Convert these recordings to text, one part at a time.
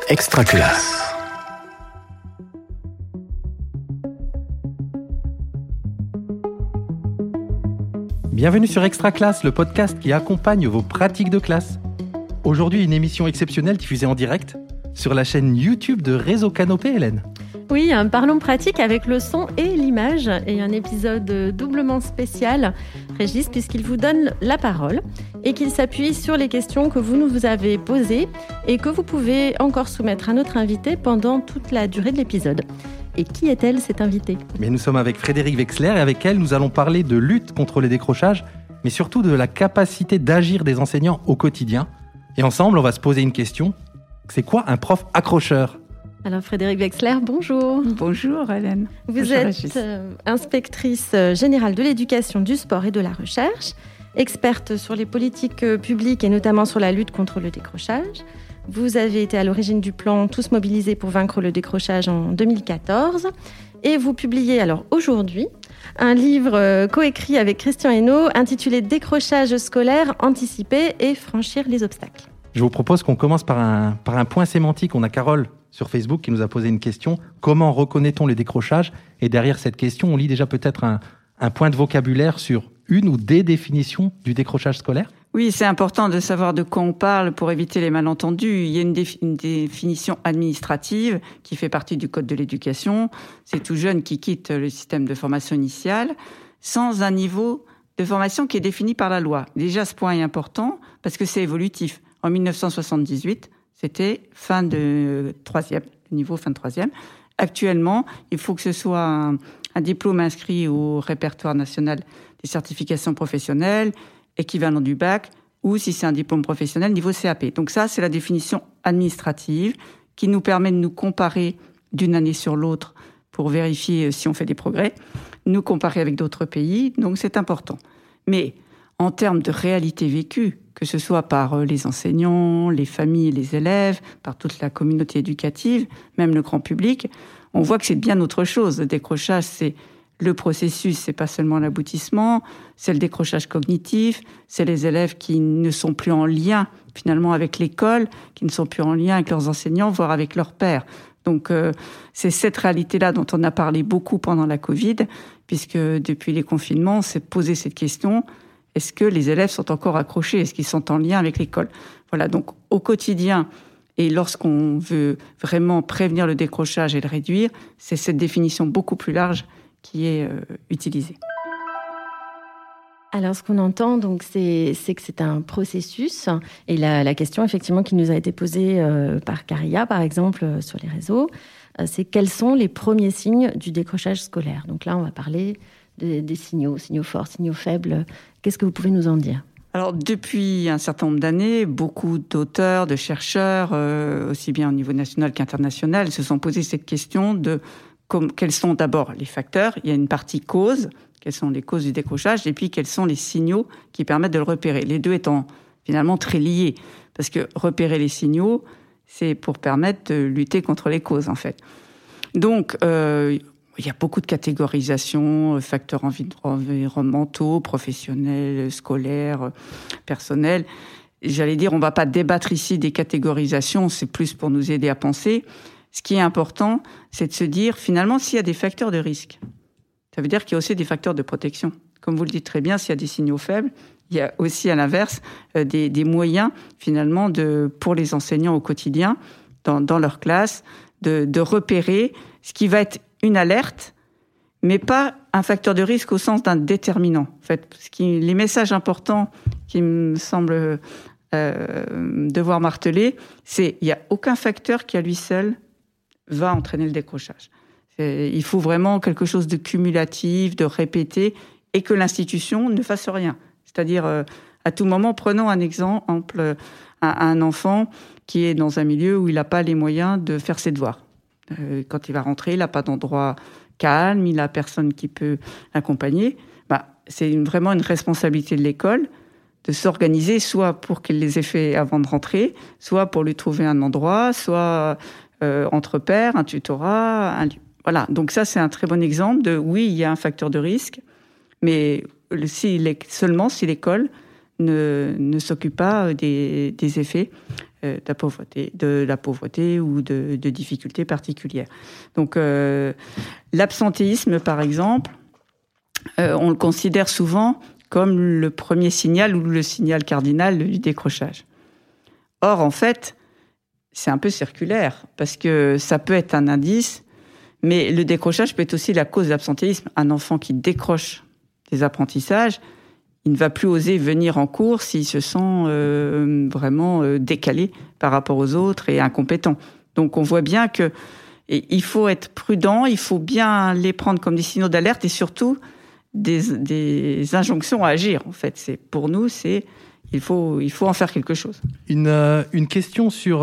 Extraclasse. Bienvenue sur Extraclasse, le podcast qui accompagne vos pratiques de classe. Aujourd'hui, une émission exceptionnelle diffusée en direct sur la chaîne YouTube de Réseau Canopé, Hélène. Oui, parlons pratique avec le son et l'image et un épisode doublement spécial, Régis, puisqu'il vous donne la parole et qu'il s'appuie sur les questions que vous nous avez posées et que vous pouvez encore soumettre à notre invité pendant toute la durée de l'épisode. Et qui est-elle, cette invitée ? Mais nous sommes avec Frédéric Wexler et avec elle, nous allons parler de lutte contre les décrochages, mais surtout de la capacité d'agir des enseignants au quotidien. Et ensemble, on va se poser une question. C'est quoi un prof accrocheur ? Alors Frédéric Wexler, bonjour. Bonjour Hélène. Vous êtes inspectrice générale de l'éducation, du sport et de la recherche, experte sur les politiques publiques et notamment sur la lutte contre le décrochage. Vous avez été à l'origine du plan Tous mobilisés pour vaincre le décrochage en 2014 et vous publiez alors aujourd'hui un livre coécrit avec Christian Hainaut intitulé « Décrochage scolaire, anticiper et franchir les obstacles ». Je vous propose qu'on commence par un point sémantique. On a Carole sur Facebook qui nous a posé une question. Comment reconnaît-on les décrochages ? Et derrière cette question, on lit déjà peut-être un point de vocabulaire sur une ou des définitions du décrochage scolaire ? Oui, c'est important de savoir de quoi on parle pour éviter les malentendus. Il y a une définition administrative qui fait partie du Code de l'éducation. C'est tout jeune qui quitte le système de formation initiale sans un niveau de formation qui est défini par la loi. Déjà, ce point est important parce que c'est évolutif. En 1978, c'était fin de troisième, niveau fin de troisième. Actuellement, il faut que ce soit un diplôme inscrit au répertoire national des certifications professionnelles, équivalent du bac, ou si c'est un diplôme professionnel, niveau CAP. Donc ça, c'est la définition administrative qui nous permet de nous comparer d'une année sur l'autre pour vérifier si on fait des progrès, nous comparer avec d'autres pays, donc c'est important. Mais en termes de réalité vécue, que ce soit par les enseignants, les familles, les élèves, par toute la communauté éducative, même le grand public, on voit que c'est bien autre chose. Le décrochage, c'est le processus, c'est pas seulement l'aboutissement, c'est le décrochage cognitif, c'est les élèves qui ne sont plus en lien finalement avec l'école, qui ne sont plus en lien avec leurs enseignants, voire avec leurs pairs. Donc c'est cette réalité-là dont on a parlé beaucoup pendant la Covid, puisque depuis les confinements, on s'est posé cette question. Est-ce que les élèves sont encore accrochés ? Est-ce qu'ils sont en lien avec l'école ? Voilà, donc au quotidien, et lorsqu'on veut vraiment prévenir le décrochage et le réduire, c'est cette définition beaucoup plus large qui est utilisée. Alors, ce qu'on entend, donc, c'est que c'est un processus. Et la question, effectivement, qui nous a été posée par Caria, par exemple, sur les réseaux, c'est quels sont les premiers signes du décrochage scolaire ? Donc là, on va parler des signaux forts, signaux faibles. Qu'est-ce que vous pouvez nous en dire ? Alors, depuis un certain nombre d'années, beaucoup d'auteurs, de chercheurs, aussi bien au niveau national qu'international, se sont posé cette question de quels sont d'abord les facteurs. Il y a une partie cause, quelles sont les causes du décrochage, et puis quels sont les signaux qui permettent de le repérer. Les deux étant finalement très liés, parce que repérer les signaux, c'est pour permettre de lutter contre les causes, en fait. Donc, il y a beaucoup de catégorisations, facteurs environnementaux, professionnels, scolaires, personnels. J'allais dire, on ne va pas débattre ici des catégorisations, c'est plus pour nous aider à penser. Ce qui est important, c'est de se dire, finalement, s'il y a des facteurs de risque, ça veut dire qu'il y a aussi des facteurs de protection. Comme vous le dites très bien, s'il y a des signaux faibles, il y a aussi, à l'inverse, des moyens, finalement, pour les enseignants au quotidien, dans leur classe, de repérer ce qui va être une alerte, mais pas un facteur de risque au sens d'un déterminant. En fait, les messages importants qui me semblent devoir marteler, c'est il n'y a aucun facteur qui, à lui seul, va entraîner le décrochage. Il faut vraiment quelque chose de cumulatif, de répété, et que l'institution ne fasse rien. C'est-à-dire, à tout moment, prenons un exemple, un enfant qui est dans un milieu où il n'a pas les moyens de faire ses devoirs. Quand il va rentrer, il n'a pas d'endroit calme, il n'a personne qui peut l'accompagner. C'est vraiment une responsabilité de l'école de s'organiser, soit pour qu'il les ait fait avant de rentrer, soit pour lui trouver un endroit, soit entre pairs, un tutorat. Voilà, donc ça, c'est un très bon exemple de, oui, il y a un facteur de risque, mais seulement si l'école ne s'occupe pas des effets de la pauvreté ou de difficultés particulières. Donc, l'absentéisme, par exemple, on le considère souvent comme le premier signal ou le signal cardinal du décrochage. Or, en fait, c'est un peu circulaire, parce que ça peut être un indice, mais le décrochage peut être aussi la cause de l'absentéisme. Un enfant qui décroche des apprentissages, il ne va plus oser venir en cours s'il se sent vraiment décalé par rapport aux autres et incompétent. Donc on voit bien qu'il faut être prudent, il faut bien les prendre comme des signaux d'alerte et surtout des injonctions à agir. En fait, pour nous, il faut en faire quelque chose. Une question sur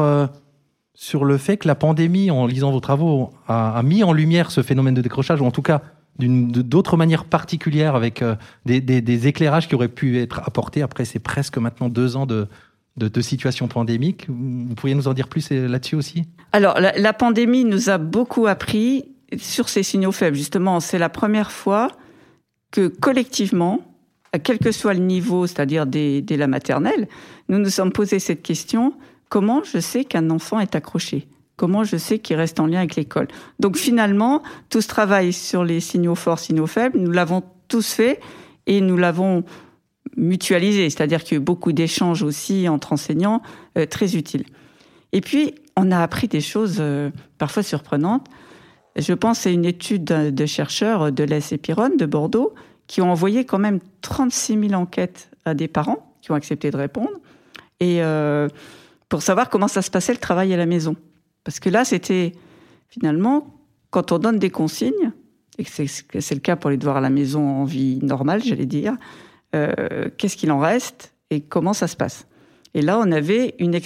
le fait que la pandémie, en lisant vos travaux, a mis en lumière ce phénomène de décrochage, ou en tout cas d'autres manières particulières, avec des éclairages qui auraient pu être apportés. Après, c'est presque maintenant 2 ans de situation pandémique. Vous pourriez nous en dire plus là-dessus aussi ? Alors, la pandémie nous a beaucoup appris sur ces signaux faibles. Justement, c'est la première fois que collectivement, quel que soit le niveau, c'est-à-dire dès la maternelle, nous nous sommes posé cette question: comment je sais qu'un enfant est accroché ? Comment je sais qu'il reste en lien avec l'école ? Donc finalement, tout ce travail sur les signaux forts, signaux faibles, nous l'avons tous fait et nous l'avons mutualisé. C'est-à-dire qu'il y a eu beaucoup d'échanges aussi entre enseignants, très utiles. Et puis, on a appris des choses parfois surprenantes. Je pense à une étude de chercheurs de l'ES-Épironne de Bordeaux qui ont envoyé quand même 36 000 enquêtes à des parents qui ont accepté de répondre, et pour savoir comment ça se passait le travail à la maison. Parce que là, c'était finalement, quand on donne des consignes, et que c'est le cas pour les devoirs à la maison en vie normale, j'allais dire, qu'est-ce qu'il en reste et comment ça se passe. Et là, on avait une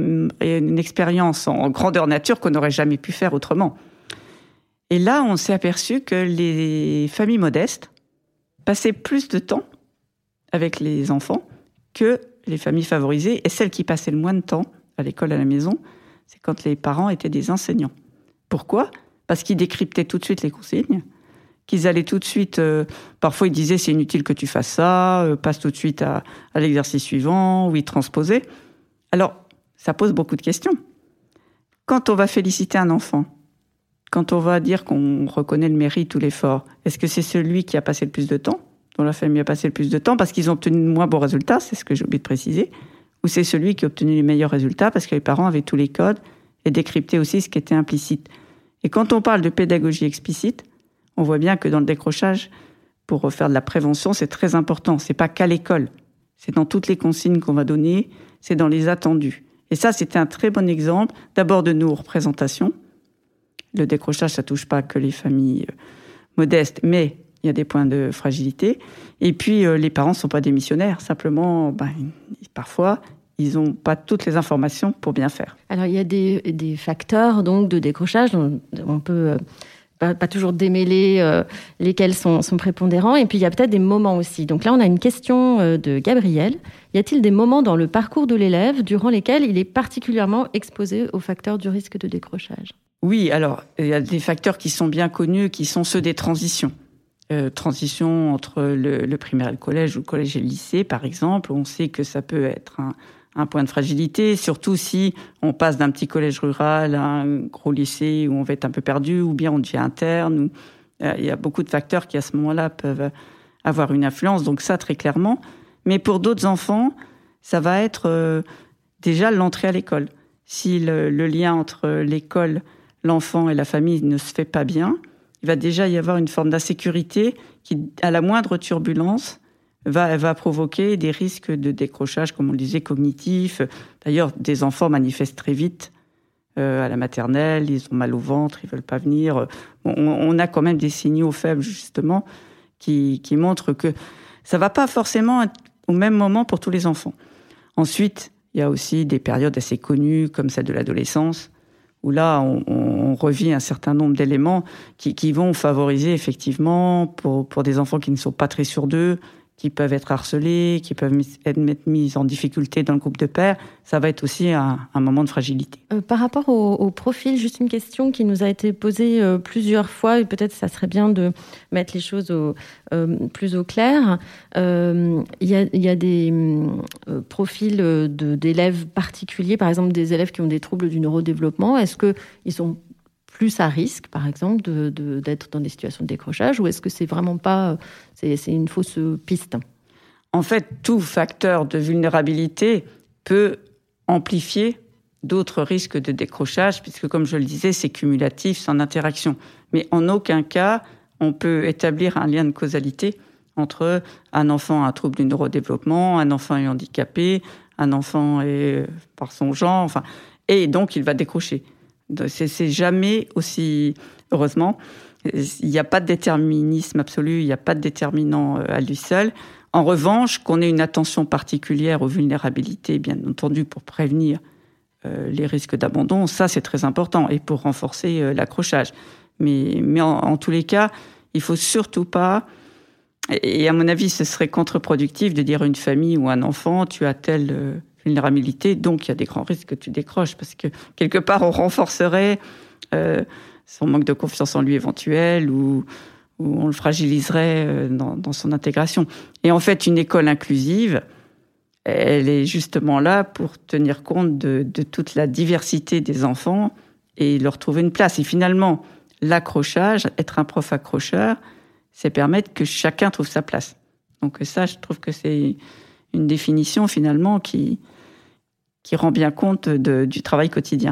expérience en grandeur nature qu'on n'aurait jamais pu faire autrement. Et là, on s'est aperçu que les familles modestes passaient plus de temps avec les enfants que les familles favorisées, et celles qui passaient le moins de temps à l'école, à la maison, c'est quand les parents étaient des enseignants. Pourquoi ? Parce qu'ils décryptaient tout de suite les consignes, qu'ils allaient tout de suite... parfois, ils disaient « c'est inutile que tu fasses ça, passe tout de suite à l'exercice suivant », ou ils transposaient. Alors, ça pose beaucoup de questions. Quand on va féliciter un enfant, quand on va dire qu'on reconnaît le mérite ou l'effort, est-ce que c'est celui qui a passé le plus de temps, dont la famille a passé le plus de temps parce qu'ils ont obtenu de moins bons résultats, c'est ce que j'ai oublié de préciser, ou c'est celui qui a obtenu les meilleurs résultats parce que les parents avaient tous les codes et décryptaient aussi ce qui était implicite. Et quand on parle de pédagogie explicite, on voit bien que dans le décrochage, pour faire de la prévention, c'est très important. C'est pas qu'à l'école, c'est dans toutes les consignes qu'on va donner, c'est dans les attendus. Et ça, c'était un très bon exemple, d'abord de nos représentations. Le décrochage, ça touche pas que les familles modestes, mais il y a des points de fragilité. Et puis, les parents ne sont pas des missionnaires. Simplement, parfois, ils n'ont pas toutes les informations pour bien faire. Alors, il y a des facteurs donc, de décrochage. On peut pas toujours démêler lesquels sont prépondérants. Et puis, il y a peut-être des moments aussi. Donc là, on a une question de Gabriel. Y a-t-il des moments dans le parcours de l'élève durant lesquels il est particulièrement exposé aux facteurs du risque de décrochage ? Oui, alors, il y a des facteurs qui sont bien connus, qui sont ceux des transitions. Transition entre le primaire et le collège, ou le collège et le lycée, par exemple. On sait que ça peut être un point de fragilité, surtout si on passe d'un petit collège rural à un gros lycée où on va être un peu perdu, ou bien on devient interne. Il y a beaucoup de facteurs qui, à ce moment-là, peuvent avoir une influence. Donc ça, très clairement. Mais pour d'autres enfants, ça va être déjà l'entrée à l'école. Si le lien entre l'école, l'enfant et la famille ne se fait pas bien, il va déjà y avoir une forme d'insécurité qui, à la moindre turbulence, va provoquer des risques de décrochage, comme on le disait, cognitifs. D'ailleurs, des enfants manifestent très vite à la maternelle, ils ont mal au ventre, ils veulent pas venir. On a quand même des signaux faibles, justement, qui montrent que ça va pas forcément être au même moment pour tous les enfants. Ensuite, il y a aussi des périodes assez connues, comme celle de l'adolescence, où là, on revit un certain nombre d'éléments qui vont favoriser, effectivement, pour des enfants qui ne sont pas très sûrs d'eux, qui peuvent être harcelés, qui peuvent être mis en difficulté dans le groupe de pairs, ça va être aussi un moment de fragilité. Par rapport au profil, juste une question qui nous a été posée plusieurs fois, et peut-être ça serait bien de mettre les choses plus au clair. Il y a des profils d'élèves particuliers, par exemple des élèves qui ont des troubles du neurodéveloppement. Est-ce qu'ils sont plus à risque, par exemple, d'être dans des situations de décrochage, ou est-ce que c'est vraiment pas... c'est une fausse piste? En fait, tout facteur de vulnérabilité peut amplifier d'autres risques de décrochage, puisque, comme je le disais, c'est cumulatif, c'est en interaction. Mais en aucun cas, on peut établir un lien de causalité entre un enfant à un trouble du neurodéveloppement, un enfant est handicapé, un enfant est par son genre, et donc il va décrocher. C'est jamais aussi... Heureusement, il n'y a pas de déterminisme absolu, il n'y a pas de déterminant à lui seul. En revanche, qu'on ait une attention particulière aux vulnérabilités, bien entendu, pour prévenir les risques d'abandon, ça c'est très important, et pour renforcer l'accrochage. Mais en tous les cas, il ne faut surtout pas... Et à mon avis, ce serait contre-productif de dire à une famille ou à un enfant, tu as telle... vulnérabilité, donc il y a des grands risques que tu décroches, parce que quelque part on renforcerait son manque de confiance en lui éventuel, ou on le fragiliserait dans son intégration. Et en fait, une école inclusive, elle est justement là pour tenir compte de toute la diversité des enfants et leur trouver une place. Et finalement, l'accrochage, être un prof accrocheur, c'est permettre que chacun trouve sa place. Donc ça, je trouve que c'est une définition finalement qui rend bien compte du travail quotidien.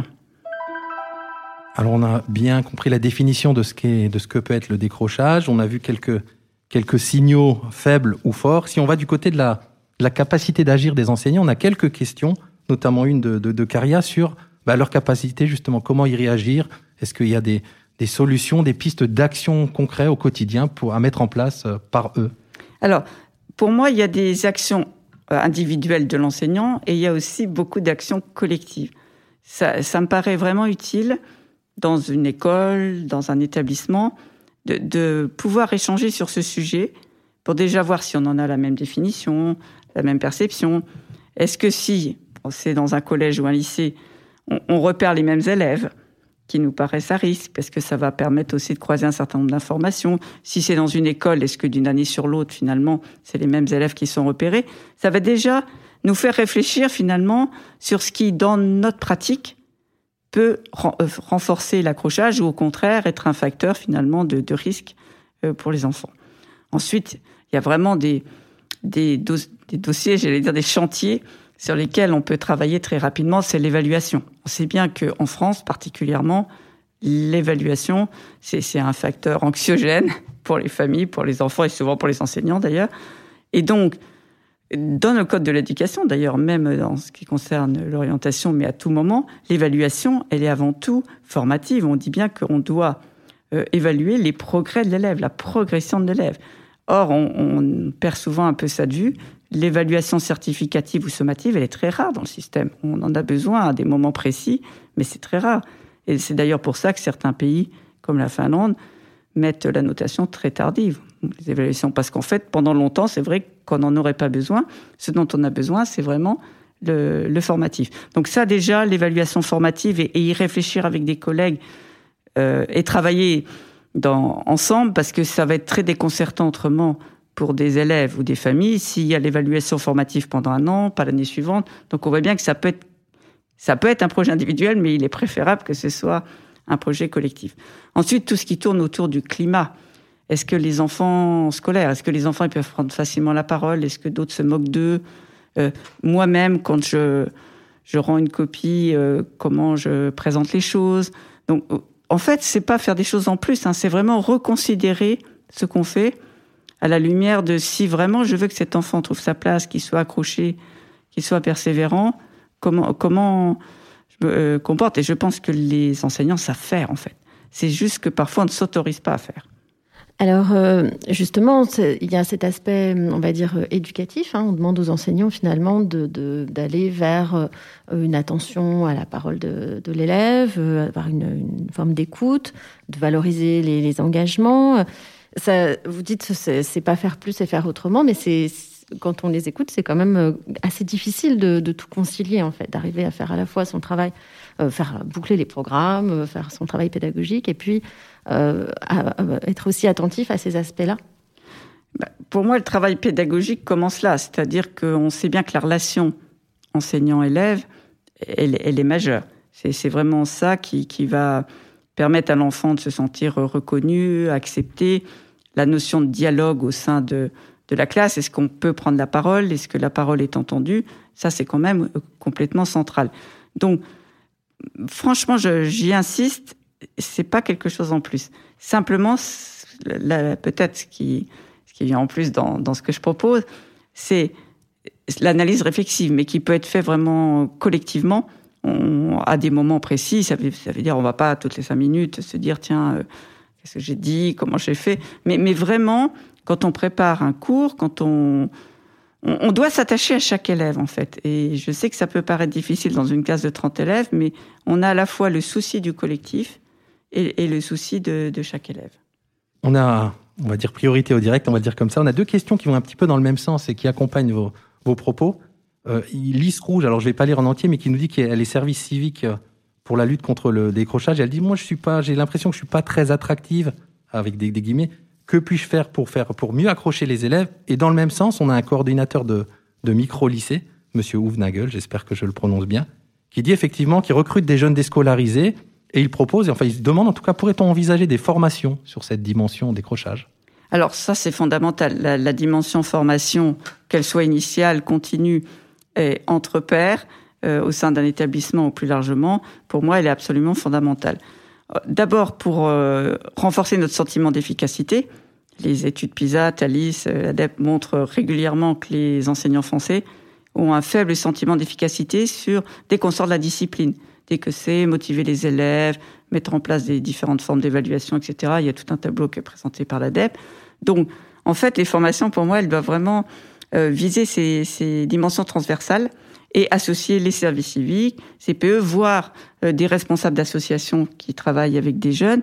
Alors on a bien compris la définition de ce que peut être le décrochage. On a vu quelques signaux faibles ou forts. Si on va du côté de la capacité d'agir des enseignants, on a quelques questions, notamment une de Caria sur leur capacité justement, comment y réagir. Est-ce qu'il y a des solutions, des pistes d'action concrètes au quotidien à mettre en place par eux? Alors, pour moi, il y a des actions individuelles de l'enseignant et il y a aussi beaucoup d'actions collectives. Ça me paraît vraiment utile dans une école, dans un établissement, de pouvoir échanger sur ce sujet pour déjà voir si on en a la même définition, la même perception. Est-ce que si c'est dans un collège ou un lycée, on repère les mêmes élèves qui nous paraissent à risque, parce que ça va permettre aussi de croiser un certain nombre d'informations. Si c'est dans une école, est-ce que d'une année sur l'autre, finalement, c'est les mêmes élèves qui sont repérés? Ça va déjà nous faire réfléchir, finalement, sur ce qui, dans notre pratique, peut renforcer l'accrochage ou, au contraire, être un facteur, finalement, de risque pour les enfants. Ensuite, il y a vraiment des dossiers, j'allais dire des chantiers, sur lesquels on peut travailler très rapidement, c'est l'évaluation. On sait bien qu'en France, particulièrement, l'évaluation, c'est un facteur anxiogène pour les familles, pour les enfants et souvent pour les enseignants d'ailleurs. Et donc, dans le code de l'éducation, d'ailleurs, même dans ce qui concerne l'orientation, mais à tout moment, l'évaluation, elle est avant tout formative. On dit bien qu'on doit évaluer les progrès de l'élève, la progression de l'élève. Or, on perd souvent un peu ça de vue. L'évaluation certificative ou sommative, elle est très rare dans le système. On en a besoin à des moments précis, mais c'est très rare. Et c'est d'ailleurs pour ça que certains pays, comme la Finlande, mettent la notation très tardive, les évaluations. Parce qu'en fait, pendant longtemps, c'est vrai qu'on n'en aurait pas besoin. Ce dont on a besoin, c'est vraiment le formatif. Donc ça, déjà, l'évaluation formative et y réfléchir avec des collègues et travailler ensemble, parce que ça va être très déconcertant autrement pour des élèves ou des familles s'il y a l'évaluation formative pendant un an, pas l'année suivante. Donc on voit bien que ça peut être un projet individuel, mais il est préférable que ce soit un projet collectif. Ensuite, tout ce qui tourne autour du climat. Est-ce que les enfants scolaires, est-ce que les enfants ils peuvent prendre facilement la parole? Est-ce que d'autres se moquent d'eux? Moi-même, quand je rends une copie, comment je présente les choses? Donc, en fait, c'est pas faire des choses en plus, c'est vraiment reconsidérer ce qu'on fait à la lumière de si vraiment je veux que cet enfant trouve sa place, qu'il soit accroché, qu'il soit persévérant, comment je me comporte. Et je pense que les enseignants savent faire, en fait. C'est juste que parfois, on ne s'autorise pas à faire. Alors, justement, il y a cet aspect, on va dire, éducatif. On demande aux enseignants, finalement, d'aller vers une attention à la parole de l'élève, avoir une forme d'écoute, de valoriser les engagements. Vous dites c'est pas faire plus et faire autrement, mais quand on les écoute, c'est quand même assez difficile de tout concilier, en fait, d'arriver à faire à la fois son travail, faire boucler les programmes, faire son travail pédagogique, et puis être aussi attentif à ces aspects-là. Pour moi, le travail pédagogique commence là, c'est-à-dire qu'on sait bien que la relation enseignant-élève, elle est majeure. C'est vraiment ça qui va permettre à l'enfant de se sentir reconnu, accepté. La notion de dialogue au sein de la classe, est-ce qu'on peut prendre la parole, est-ce que la parole est entendue, ça c'est quand même complètement central. Donc, franchement, j'y insiste, c'est pas quelque chose en plus. Simplement, peut-être ce qui vient en plus dans ce que je propose, c'est l'analyse réflexive, mais qui peut être fait vraiment collectivement, à des moments précis. Ça veut dire on va pas toutes les 5 minutes se dire tiens, qu'est-ce que j'ai dit, comment j'ai fait, mais vraiment, quand on prépare un cours, quand on doit s'attacher à chaque élève, en fait. Et je sais que ça peut paraître difficile dans une classe de 30 élèves, mais on a à la fois le souci du collectif et le souci de chaque élève. On va dire priorité au direct, on va dire comme ça. On a 2 questions qui vont un petit peu dans le même sens et qui accompagnent vos propos. Lys Rouge, alors je vais pas lire en entier, mais qui nous dit qu'elle est service civique pour la lutte contre le décrochage. Et elle dit, moi, j'ai l'impression que je suis pas très attractive, avec des guillemets. Que puis-je faire pour mieux accrocher les élèves? Et dans le même sens, on a un coordinateur de micro-lycée, Monsieur Houfnagel, j'espère que je le prononce bien, qui dit effectivement qu'il recrute des jeunes déscolarisés et il propose, il se demande en tout cas, pourrait-on envisager des formations sur cette dimension décrochage? Alors ça, c'est fondamental. La dimension formation, qu'elle soit initiale, continue et entre pairs, au sein d'un établissement ou plus largement, pour moi, elle est absolument fondamentale. D'abord, pour renforcer notre sentiment d'efficacité. Les études PISA, Thalys, l'ADEPE montrent régulièrement que les enseignants français ont un faible sentiment d'efficacité dès qu'on sort de la discipline. Dès que c'est motiver les élèves, mettre en place des différentes formes d'évaluation, etc. Il y a tout un tableau qui est présenté par l'ADEPE. Donc, en fait, les formations, pour moi, elles doivent vraiment viser ces dimensions transversales et associer les services civiques, CPE, voire des responsables d'associations qui travaillent avec des jeunes,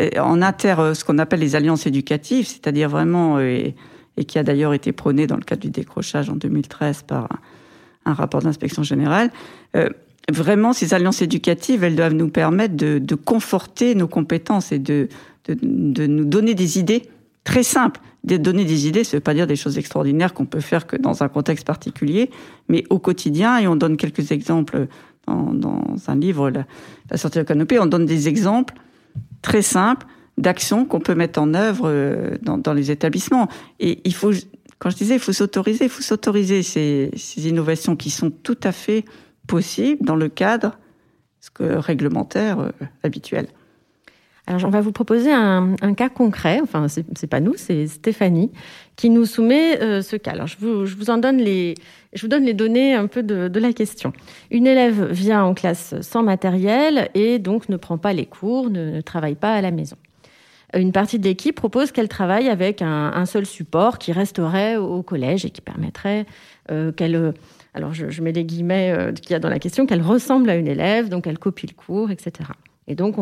ce qu'on appelle les alliances éducatives, c'est-à-dire vraiment, et qui a d'ailleurs été prôné dans le cadre du décrochage en 2013 par un rapport d'inspection générale. Vraiment, ces alliances éducatives, elles doivent nous permettre de conforter nos compétences et de nous donner des idées très simples. De donner des idées, ça ne veut pas dire des choses extraordinaires qu'on peut faire que dans un contexte particulier, mais au quotidien, et on donne quelques exemples dans un livre, La sortie de la canopée, on donne des exemples très simples d'actions qu'on peut mettre en œuvre dans les établissements. Et il faut, quand je disais, il faut s'autoriser ces innovations qui sont tout à fait possibles dans le cadre réglementaire habituel. Alors, on va vous proposer un cas concret. Enfin, c'est pas nous, c'est Stéphanie qui nous soumet ce cas. Alors, je vous donne les données un peu de la question. Une élève vient en classe sans matériel et donc ne prend pas les cours, ne travaille pas à la maison. Une partie de l'équipe propose qu'elle travaille avec un seul support qui resterait au collège et qui permettrait qu'elle... Alors, je mets les guillemets qu'il y a dans la question, qu'elle ressemble à une élève, donc elle copie le cours, etc. Et donc,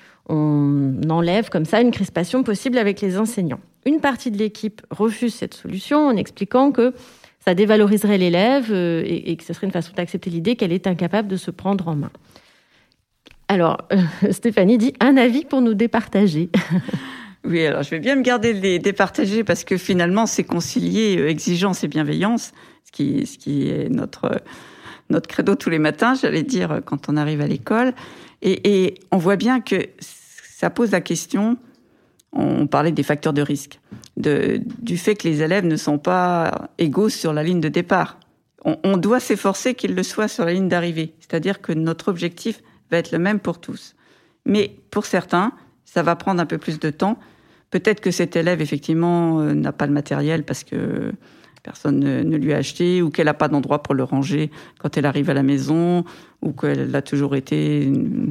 on enlève comme ça une crispation possible avec les enseignants. Une partie de l'équipe refuse cette solution en expliquant que ça dévaloriserait l'élève et que ce serait une façon d'accepter l'idée qu'elle est incapable de se prendre en main. Alors, Stéphanie dit « Un avis pour nous départager ». Oui, alors je vais bien me garder de les départager parce que finalement, c'est concilier exigence et bienveillance, ce qui est notre credo tous les matins, j'allais dire, quand on arrive à l'école. Et on voit bien que ça pose la question, on parlait des facteurs de risque, du fait que les élèves ne sont pas égaux sur la ligne de départ. On doit s'efforcer qu'ils le soient sur la ligne d'arrivée, c'est-à-dire que notre objectif va être le même pour tous. Mais pour certains, ça va prendre un peu plus de temps. Peut-être que cet élève, effectivement, n'a pas le matériel parce que personne ne lui a acheté, ou qu'elle n'a pas d'endroit pour le ranger quand elle arrive à la maison, ou qu'elle a toujours été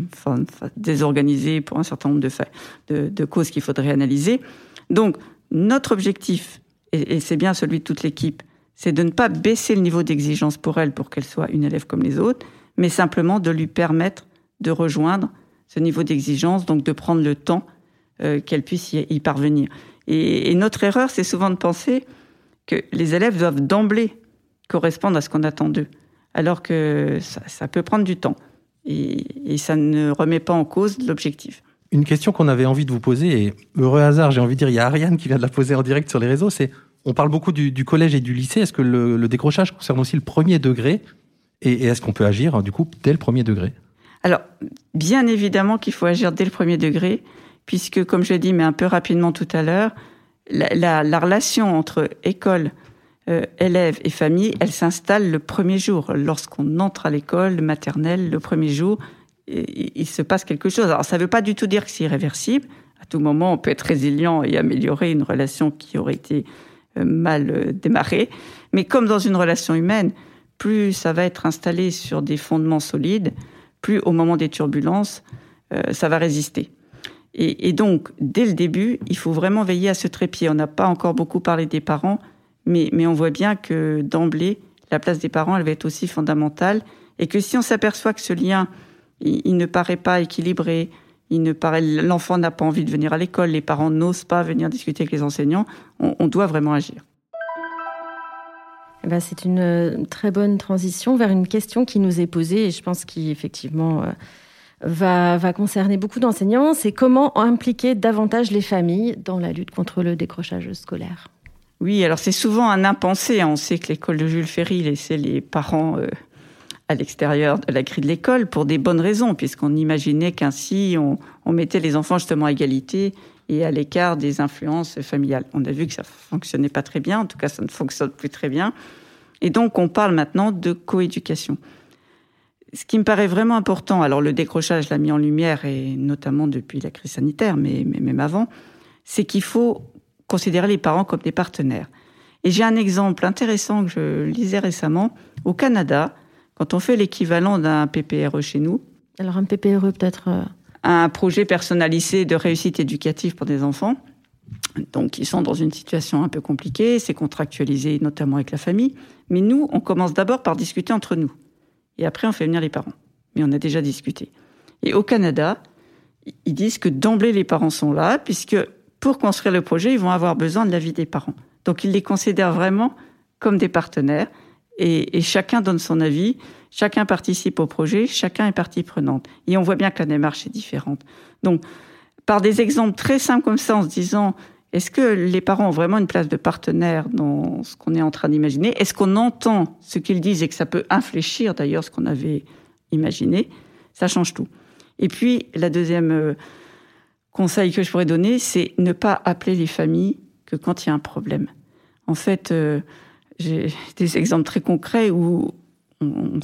désorganisée pour un certain nombre de causes qu'il faudrait analyser. Donc, notre objectif, et c'est bien celui de toute l'équipe, c'est de ne pas baisser le niveau d'exigence pour elle pour qu'elle soit une élève comme les autres, mais simplement de lui permettre de rejoindre ce niveau d'exigence, donc de prendre le temps qu'elle puisse y parvenir. Et notre erreur, c'est souvent de penser que les élèves doivent d'emblée correspondre à ce qu'on attend d'eux, alors que ça peut prendre du temps. Et ça ne remet pas en cause l'objectif. Une question qu'on avait envie de vous poser, et heureux hasard, j'ai envie de dire, il y a Ariane qui vient de la poser en direct sur les réseaux, c'est, on parle beaucoup du collège et du lycée, est-ce que le décrochage concerne aussi le premier degré, et est-ce qu'on peut agir, du coup, dès le premier degré ? Alors, bien évidemment qu'il faut agir dès le premier degré, puisque, comme je l'ai dit, mais un peu rapidement tout à l'heure, la relation entre école, élèves et famille, elle s'installe le premier jour. Lorsqu'on entre à l'école maternelle, le premier jour, il se passe quelque chose. Alors, ça ne veut pas du tout dire que c'est irréversible. À tout moment, on peut être résilient et améliorer une relation qui aurait été mal démarrée. Mais comme dans une relation humaine, plus ça va être installé sur des fondements solides, plus au moment des turbulences, ça va résister. Et donc, dès le début, il faut vraiment veiller à ce trépied. On n'a pas encore beaucoup parlé des parents, mais on voit bien que d'emblée, la place des parents, elle va être aussi fondamentale. Et que si on s'aperçoit que ce lien, il ne paraît pas équilibré, l'enfant n'a pas envie de venir à l'école, les parents n'osent pas venir discuter avec les enseignants, on doit vraiment agir. C'est une très bonne transition vers une question qui nous est posée et je pense qu'effectivement va concerner beaucoup d'enseignants. C'est comment impliquer davantage les familles dans la lutte contre le décrochage scolaire ? Oui, alors c'est souvent un impensé. On sait que l'école de Jules Ferry laissait les parents à l'extérieur de la grille de l'école pour des bonnes raisons, puisqu'on imaginait qu'ainsi on mettait les enfants justement à égalité et à l'écart des influences familiales. On a vu que ça fonctionnait pas très bien, en tout cas ça ne fonctionne plus très bien. Et donc on parle maintenant de coéducation. Ce qui me paraît vraiment important, alors le décrochage l'a mis en lumière, et notamment depuis la crise sanitaire, mais même avant, c'est qu'il faut considérer les parents comme des partenaires. Et j'ai un exemple intéressant que je lisais récemment. Au Canada, quand on fait l'équivalent d'un PPRE chez nous... Alors un PPRE peut-être... Un projet personnalisé de réussite éducative pour des enfants, donc ils sont dans une situation un peu compliquée, c'est contractualisé notamment avec la famille, mais nous, on commence d'abord par discuter entre nous, et après on fait venir les parents, mais on a déjà discuté. Et au Canada, ils disent que d'emblée les parents sont là, puisque pour construire le projet, ils vont avoir besoin de l'avis des parents. Donc ils les considèrent vraiment comme des partenaires, et chacun donne son avis, chacun participe au projet, chacun est partie prenante. Et on voit bien que la démarche est différente. Donc, par des exemples très simples comme ça, en se disant, est-ce que les parents ont vraiment une place de partenaire dans ce qu'on est en train d'imaginer ? Est-ce qu'on entend ce qu'ils disent et que ça peut infléchir d'ailleurs ce qu'on avait imaginé ? Ça change tout. Et puis, la deuxième conseil que je pourrais donner, c'est ne pas appeler les familles que quand il y a un problème. En fait... j'ai des exemples très concrets où on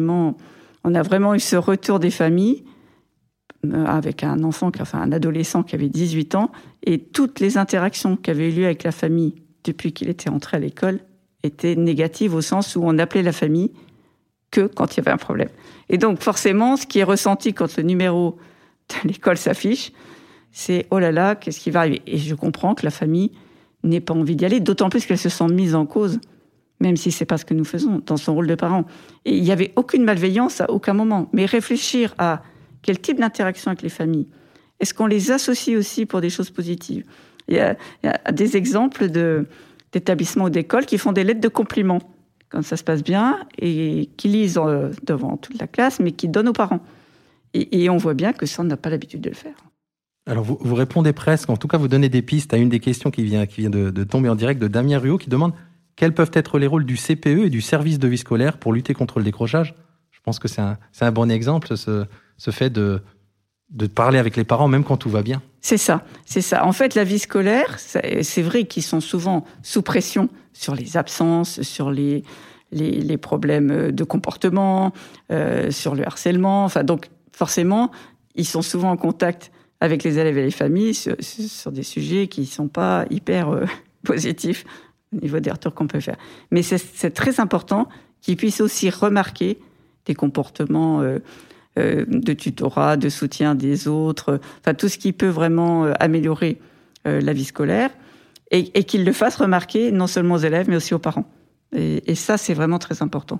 a vraiment eu ce retour des familles avec un adolescent qui avait 18 ans, et toutes les interactions qui avaient eu lieu avec la famille depuis qu'il était entré à l'école étaient négatives au sens où on appelait la famille que quand il y avait un problème. Et donc forcément, ce qui est ressenti quand le numéro de l'école s'affiche, c'est « oh là là, qu'est-ce qui va arriver ?» Et je comprends que la famille n'ait pas envie d'y aller, d'autant plus qu'elle se sent mise en cause, même si c'est pas ce que nous faisons dans son rôle de parent. Et il n'y avait aucune malveillance à aucun moment. Mais réfléchir à quel type d'interaction avec les familles. Est-ce qu'on les associe aussi pour des choses positives ? Il y a des exemples d'établissements ou d'écoles qui font des lettres de compliments quand ça se passe bien et qui lisent devant toute la classe, mais qui donnent aux parents. Et on voit bien que ça, on n'a pas l'habitude de le faire. Alors, vous répondez presque, en tout cas, vous donnez des pistes à une des questions qui vient de tomber en direct de Damien Ruot, qui demande quels peuvent être les rôles du CPE et du service de vie scolaire pour lutter contre le décrochage. Je pense que c'est un bon exemple, ce fait de parler avec les parents, même quand tout va bien. C'est ça. En fait, la vie scolaire, c'est vrai qu'ils sont souvent sous pression sur les absences, sur les problèmes de comportement, sur le harcèlement. Enfin, donc, forcément, ils sont souvent en contact avec les élèves et les familles sur des sujets qui ne sont pas hyper positifs au niveau des retours qu'on peut faire. Mais c'est très important qu'ils puissent aussi remarquer des comportements de tutorat, de soutien des autres, enfin tout ce qui peut vraiment améliorer la vie scolaire, et qu'ils le fassent remarquer non seulement aux élèves, mais aussi aux parents. Et ça, c'est vraiment très important.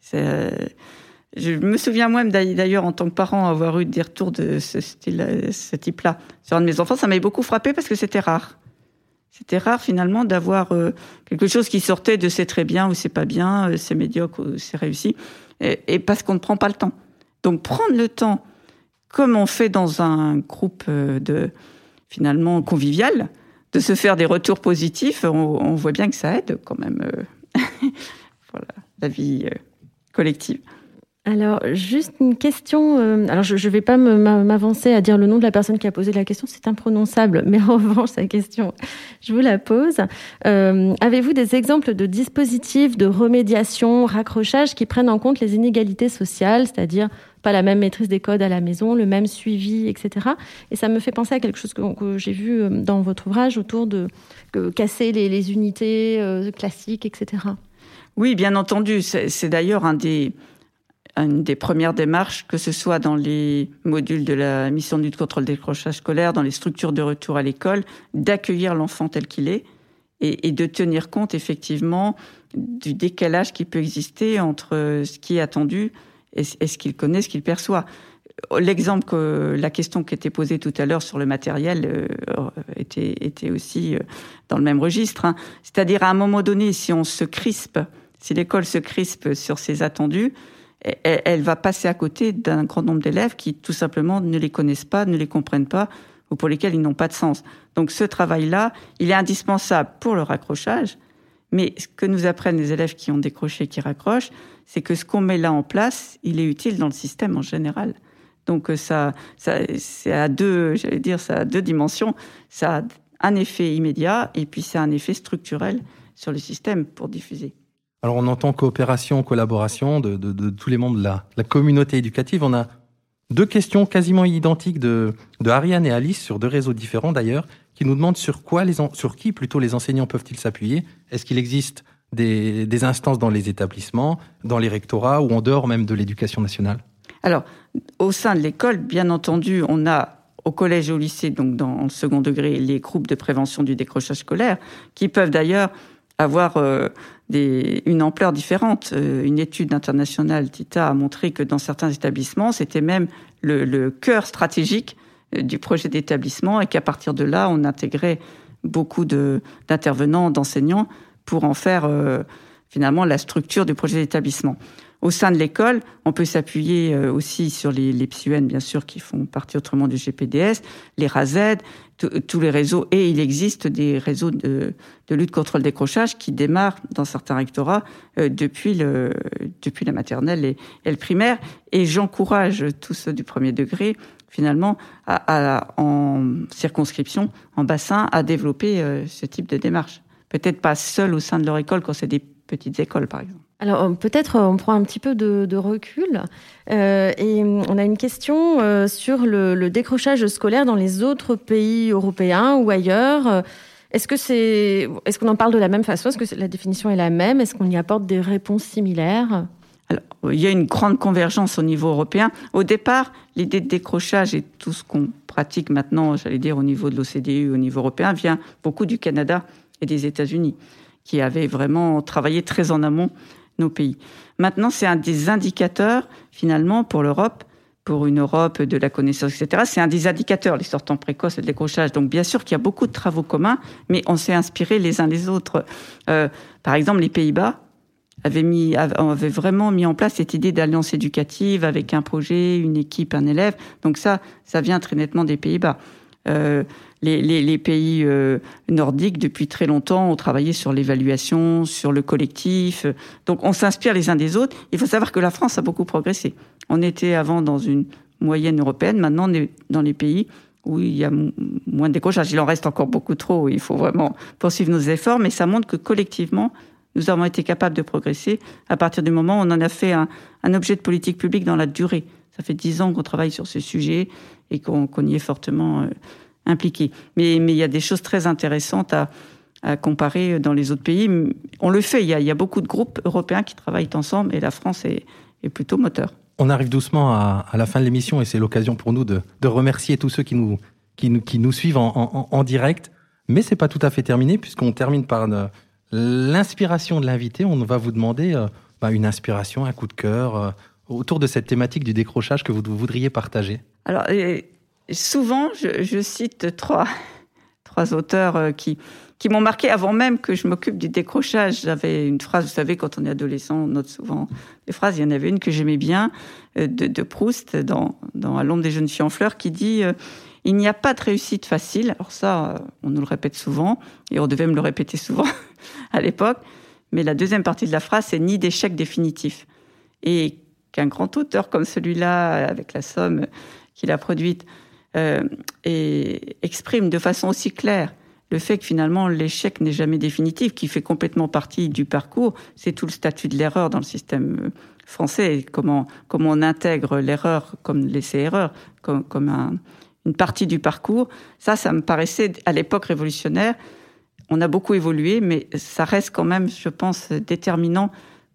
Je me souviens moi-même d'ailleurs en tant que parent avoir eu des retours de ce type-là sur un de mes enfants. Ça m'avait beaucoup frappé parce que c'était rare. C'était rare finalement d'avoir quelque chose qui sortait de c'est très bien ou c'est pas bien, c'est médiocre ou c'est réussi, et parce qu'on ne prend pas le temps. Donc prendre le temps, comme on fait dans un groupe finalement convivial, de se faire des retours positifs, on voit bien que ça aide quand même voilà, la vie collective. Alors, juste une question. Alors, je ne vais pas m'avancer à dire le nom de la personne qui a posé la question, c'est imprononçable. Mais en revanche, sa question, je vous la pose. Avez-vous des exemples de dispositifs de remédiation, raccrochage qui prennent en compte les inégalités sociales, c'est-à-dire pas la même maîtrise des codes à la maison, le même suivi, etc. Et ça me fait penser à quelque chose que j'ai vu dans votre ouvrage autour de casser les unités classiques, etc. Oui, bien entendu. C'est d'ailleurs une des premières démarches, que ce soit dans les modules de la mission de lutte contre le décrochage scolaire, dans les structures de retour à l'école, d'accueillir l'enfant tel qu'il est et de tenir compte effectivement du décalage qui peut exister entre ce qui est attendu et ce qu'il connaît, ce qu'il perçoit. L'exemple la question qui était posée tout à l'heure sur le matériel était aussi dans le même registre. Hein. C'est-à-dire, à un moment donné, si l'école se crispe sur ses attendus, elle va passer à côté d'un grand nombre d'élèves qui, tout simplement, ne les connaissent pas, ne les comprennent pas, ou pour lesquels ils n'ont pas de sens. Donc ce travail-là, il est indispensable pour le raccrochage, mais ce que nous apprennent les élèves qui ont décroché, qui raccrochent, c'est que ce qu'on met là en place, il est utile dans le système en général. Donc ça c'est à deux dimensions. Ça a un effet immédiat et puis ça a un effet structurel sur le système pour diffuser. Alors on entend coopération, collaboration de tous les membres de la communauté éducative. On a deux questions quasiment identiques de Ariane et Alice sur deux réseaux différents d'ailleurs, qui nous demandent sur qui les enseignants peuvent-ils s'appuyer. Est-ce qu'il existe des instances dans les établissements, dans les rectorats ou en dehors même de l'éducation nationale? Alors, au sein de l'école, bien entendu, on a au collège et au lycée, donc dans le second degré, les groupes de prévention du décrochage scolaire, qui peuvent d'ailleurs avoir une ampleur différente. Une étude internationale, TITA, a montré que dans certains établissements, c'était même le cœur stratégique du projet d'établissement et qu'à partir de là, on intégrait beaucoup d'intervenants, d'enseignants pour en faire finalement la structure du projet d'établissement. Au sein de l'école, on peut s'appuyer aussi sur les PSUN, bien sûr, qui font partie autrement du GPDS, les RAZ, tous les réseaux. Et il existe des réseaux de lutte contre le décrochage qui démarrent dans certains rectorats depuis la maternelle et le primaire. Et j'encourage tous ceux du premier degré, finalement, en circonscription, en bassin, à développer ce type de démarche. Peut-être pas seul au sein de leur école quand c'est des petites écoles, par exemple. Alors peut-être on prend un petit peu de recul et on a une question sur le décrochage scolaire dans les autres pays européens ou ailleurs. Est-ce qu'on en parle de la même façon? Est-ce que la définition est la même? Est-ce qu'on y apporte des réponses similaires? Alors, il y a une grande convergence au niveau européen. Au départ, l'idée de décrochage et tout ce qu'on pratique maintenant, j'allais dire au niveau de l'OCDE, au niveau européen, vient beaucoup du Canada et des États-Unis, qui avaient vraiment travaillé très en amont nos pays. Maintenant, c'est un des indicateurs, finalement, pour l'Europe, pour une Europe de la connaissance, etc. C'est un des indicateurs, les sortants précoces et le décrochage. Donc, bien sûr qu'il y a beaucoup de travaux communs, mais on s'est inspirés les uns les autres. Par exemple, les Pays-Bas avaient vraiment mis en place cette idée d'alliance éducative avec un projet, une équipe, un élève. Donc ça vient très nettement des Pays-Bas. Les pays nordiques, depuis très longtemps, ont travaillé sur l'évaluation, sur le collectif. Donc, on s'inspire les uns des autres. Il faut savoir que la France a beaucoup progressé. On était avant dans une moyenne européenne. Maintenant, on est dans les pays où il y a moins de décrochage. Il en reste encore beaucoup trop. Il faut vraiment poursuivre nos efforts. Mais ça montre que collectivement, nous avons été capables de progresser à partir du moment où on en a fait un objet de politique publique dans la durée. Ça fait 10 ans qu'on travaille sur ce sujet et qu'on y est fortement impliqué. Mais il y a des choses très intéressantes à comparer dans les autres pays. On le fait, il y a beaucoup de groupes européens qui travaillent ensemble et la France est plutôt moteur. On arrive doucement à la fin de l'émission et c'est l'occasion pour nous de remercier tous ceux qui nous suivent en direct. Mais c'est pas tout à fait terminé puisqu'on termine par l'inspiration de l'invité. On va vous demander une inspiration, un coup de cœur autour de cette thématique du décrochage que vous voudriez partager. Alors, souvent, je cite trois auteurs qui m'ont marqué avant même que je m'occupe du décrochage. J'avais une phrase, vous savez, quand on est adolescent, on note souvent des phrases. Il y en avait une que j'aimais bien, de Proust, dans À l'ombre des jeunes filles en fleurs, qui dit il n'y a pas de réussite facile. Alors ça, on nous le répète souvent, et on devait me le répéter souvent à l'époque. Mais la deuxième partie de la phrase, c'est ni d'échec définitif. Et qu'un grand auteur comme celui-là, avec la somme qu'il a produite, et exprime de façon aussi claire le fait que finalement l'échec n'est jamais définitif, qui fait complètement partie du parcours. C'est tout le statut de l'erreur dans le système français, et comment on intègre l'erreur comme l'essai-erreur, comme une partie du parcours. Ça me paraissait à l'époque révolutionnaire. On a beaucoup évolué, mais ça reste quand même, je pense, déterminant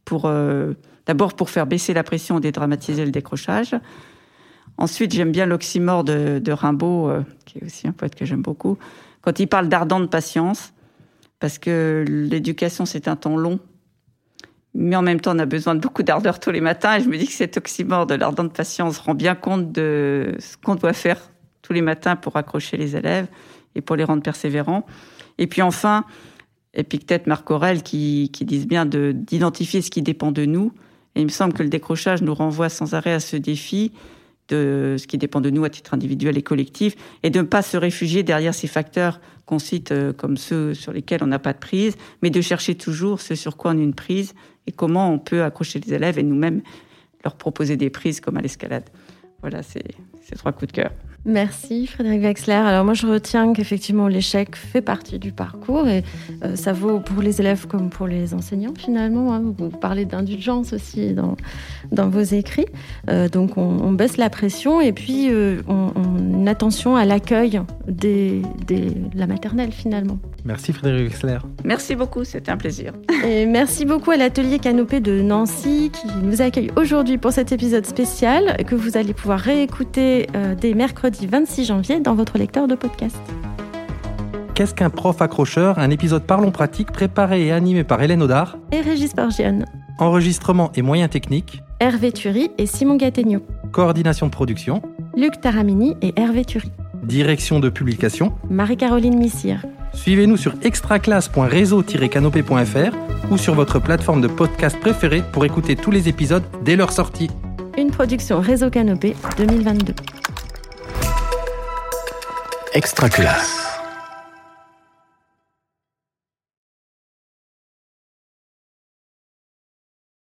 d'abord pour faire baisser la pression et dédramatiser le décrochage. Ensuite, j'aime bien l'oxymore de Rimbaud, qui est aussi un poète que j'aime beaucoup, quand il parle d'ardente patience, parce que l'éducation, c'est un temps long, mais en même temps, on a besoin de beaucoup d'ardeur tous les matins, et je me dis que cet oxymore de l'ardente patience rend bien compte de ce qu'on doit faire tous les matins pour accrocher les élèves et pour les rendre persévérants. Et puis enfin, Épictète, Marc Aurèle, qui disent bien d'identifier ce qui dépend de nous, et il me semble que le décrochage nous renvoie sans arrêt à ce défi de ce qui dépend de nous à titre individuel et collectif, et de ne pas se réfugier derrière ces facteurs qu'on cite comme ceux sur lesquels on n'a pas de prise, mais de chercher toujours ce sur quoi on a une prise et comment on peut accrocher les élèves et nous-mêmes leur proposer des prises comme à l'escalade. Voilà, c'est 3 coups de cœur. Merci Frédérique Wexler. Alors moi je retiens qu'effectivement l'échec fait partie du parcours et ça vaut pour les élèves comme pour les enseignants finalement. Hein. Vous parlez d'indulgence aussi dans vos écrits. Donc on baisse la pression et puis on attention à l'accueil de la maternelle finalement. Merci Frédérique Wexler. Merci beaucoup, c'était un plaisir. Et merci beaucoup à l'atelier Canopée de Nancy qui nous accueille aujourd'hui pour cet épisode spécial que vous allez pouvoir réécouter dès mercredi 26 janvier dans votre lecteur de podcast. Qu'est-ce qu'un prof accrocheur ? Un épisode Parlons pratique préparé et animé par Hélène Audard et Régis Borgione. Enregistrement et moyens techniques Hervé Thury et Simon Gattegno. Coordination de production Luc Taramini et Hervé Thury. Direction de publication Marie-Caroline Missire. Suivez-nous sur extraclasse.réseau-canopé.fr ou sur votre plateforme de podcast préférée pour écouter tous les épisodes dès leur sortie. Une production Réseau Canopé 2022. Extraclasse.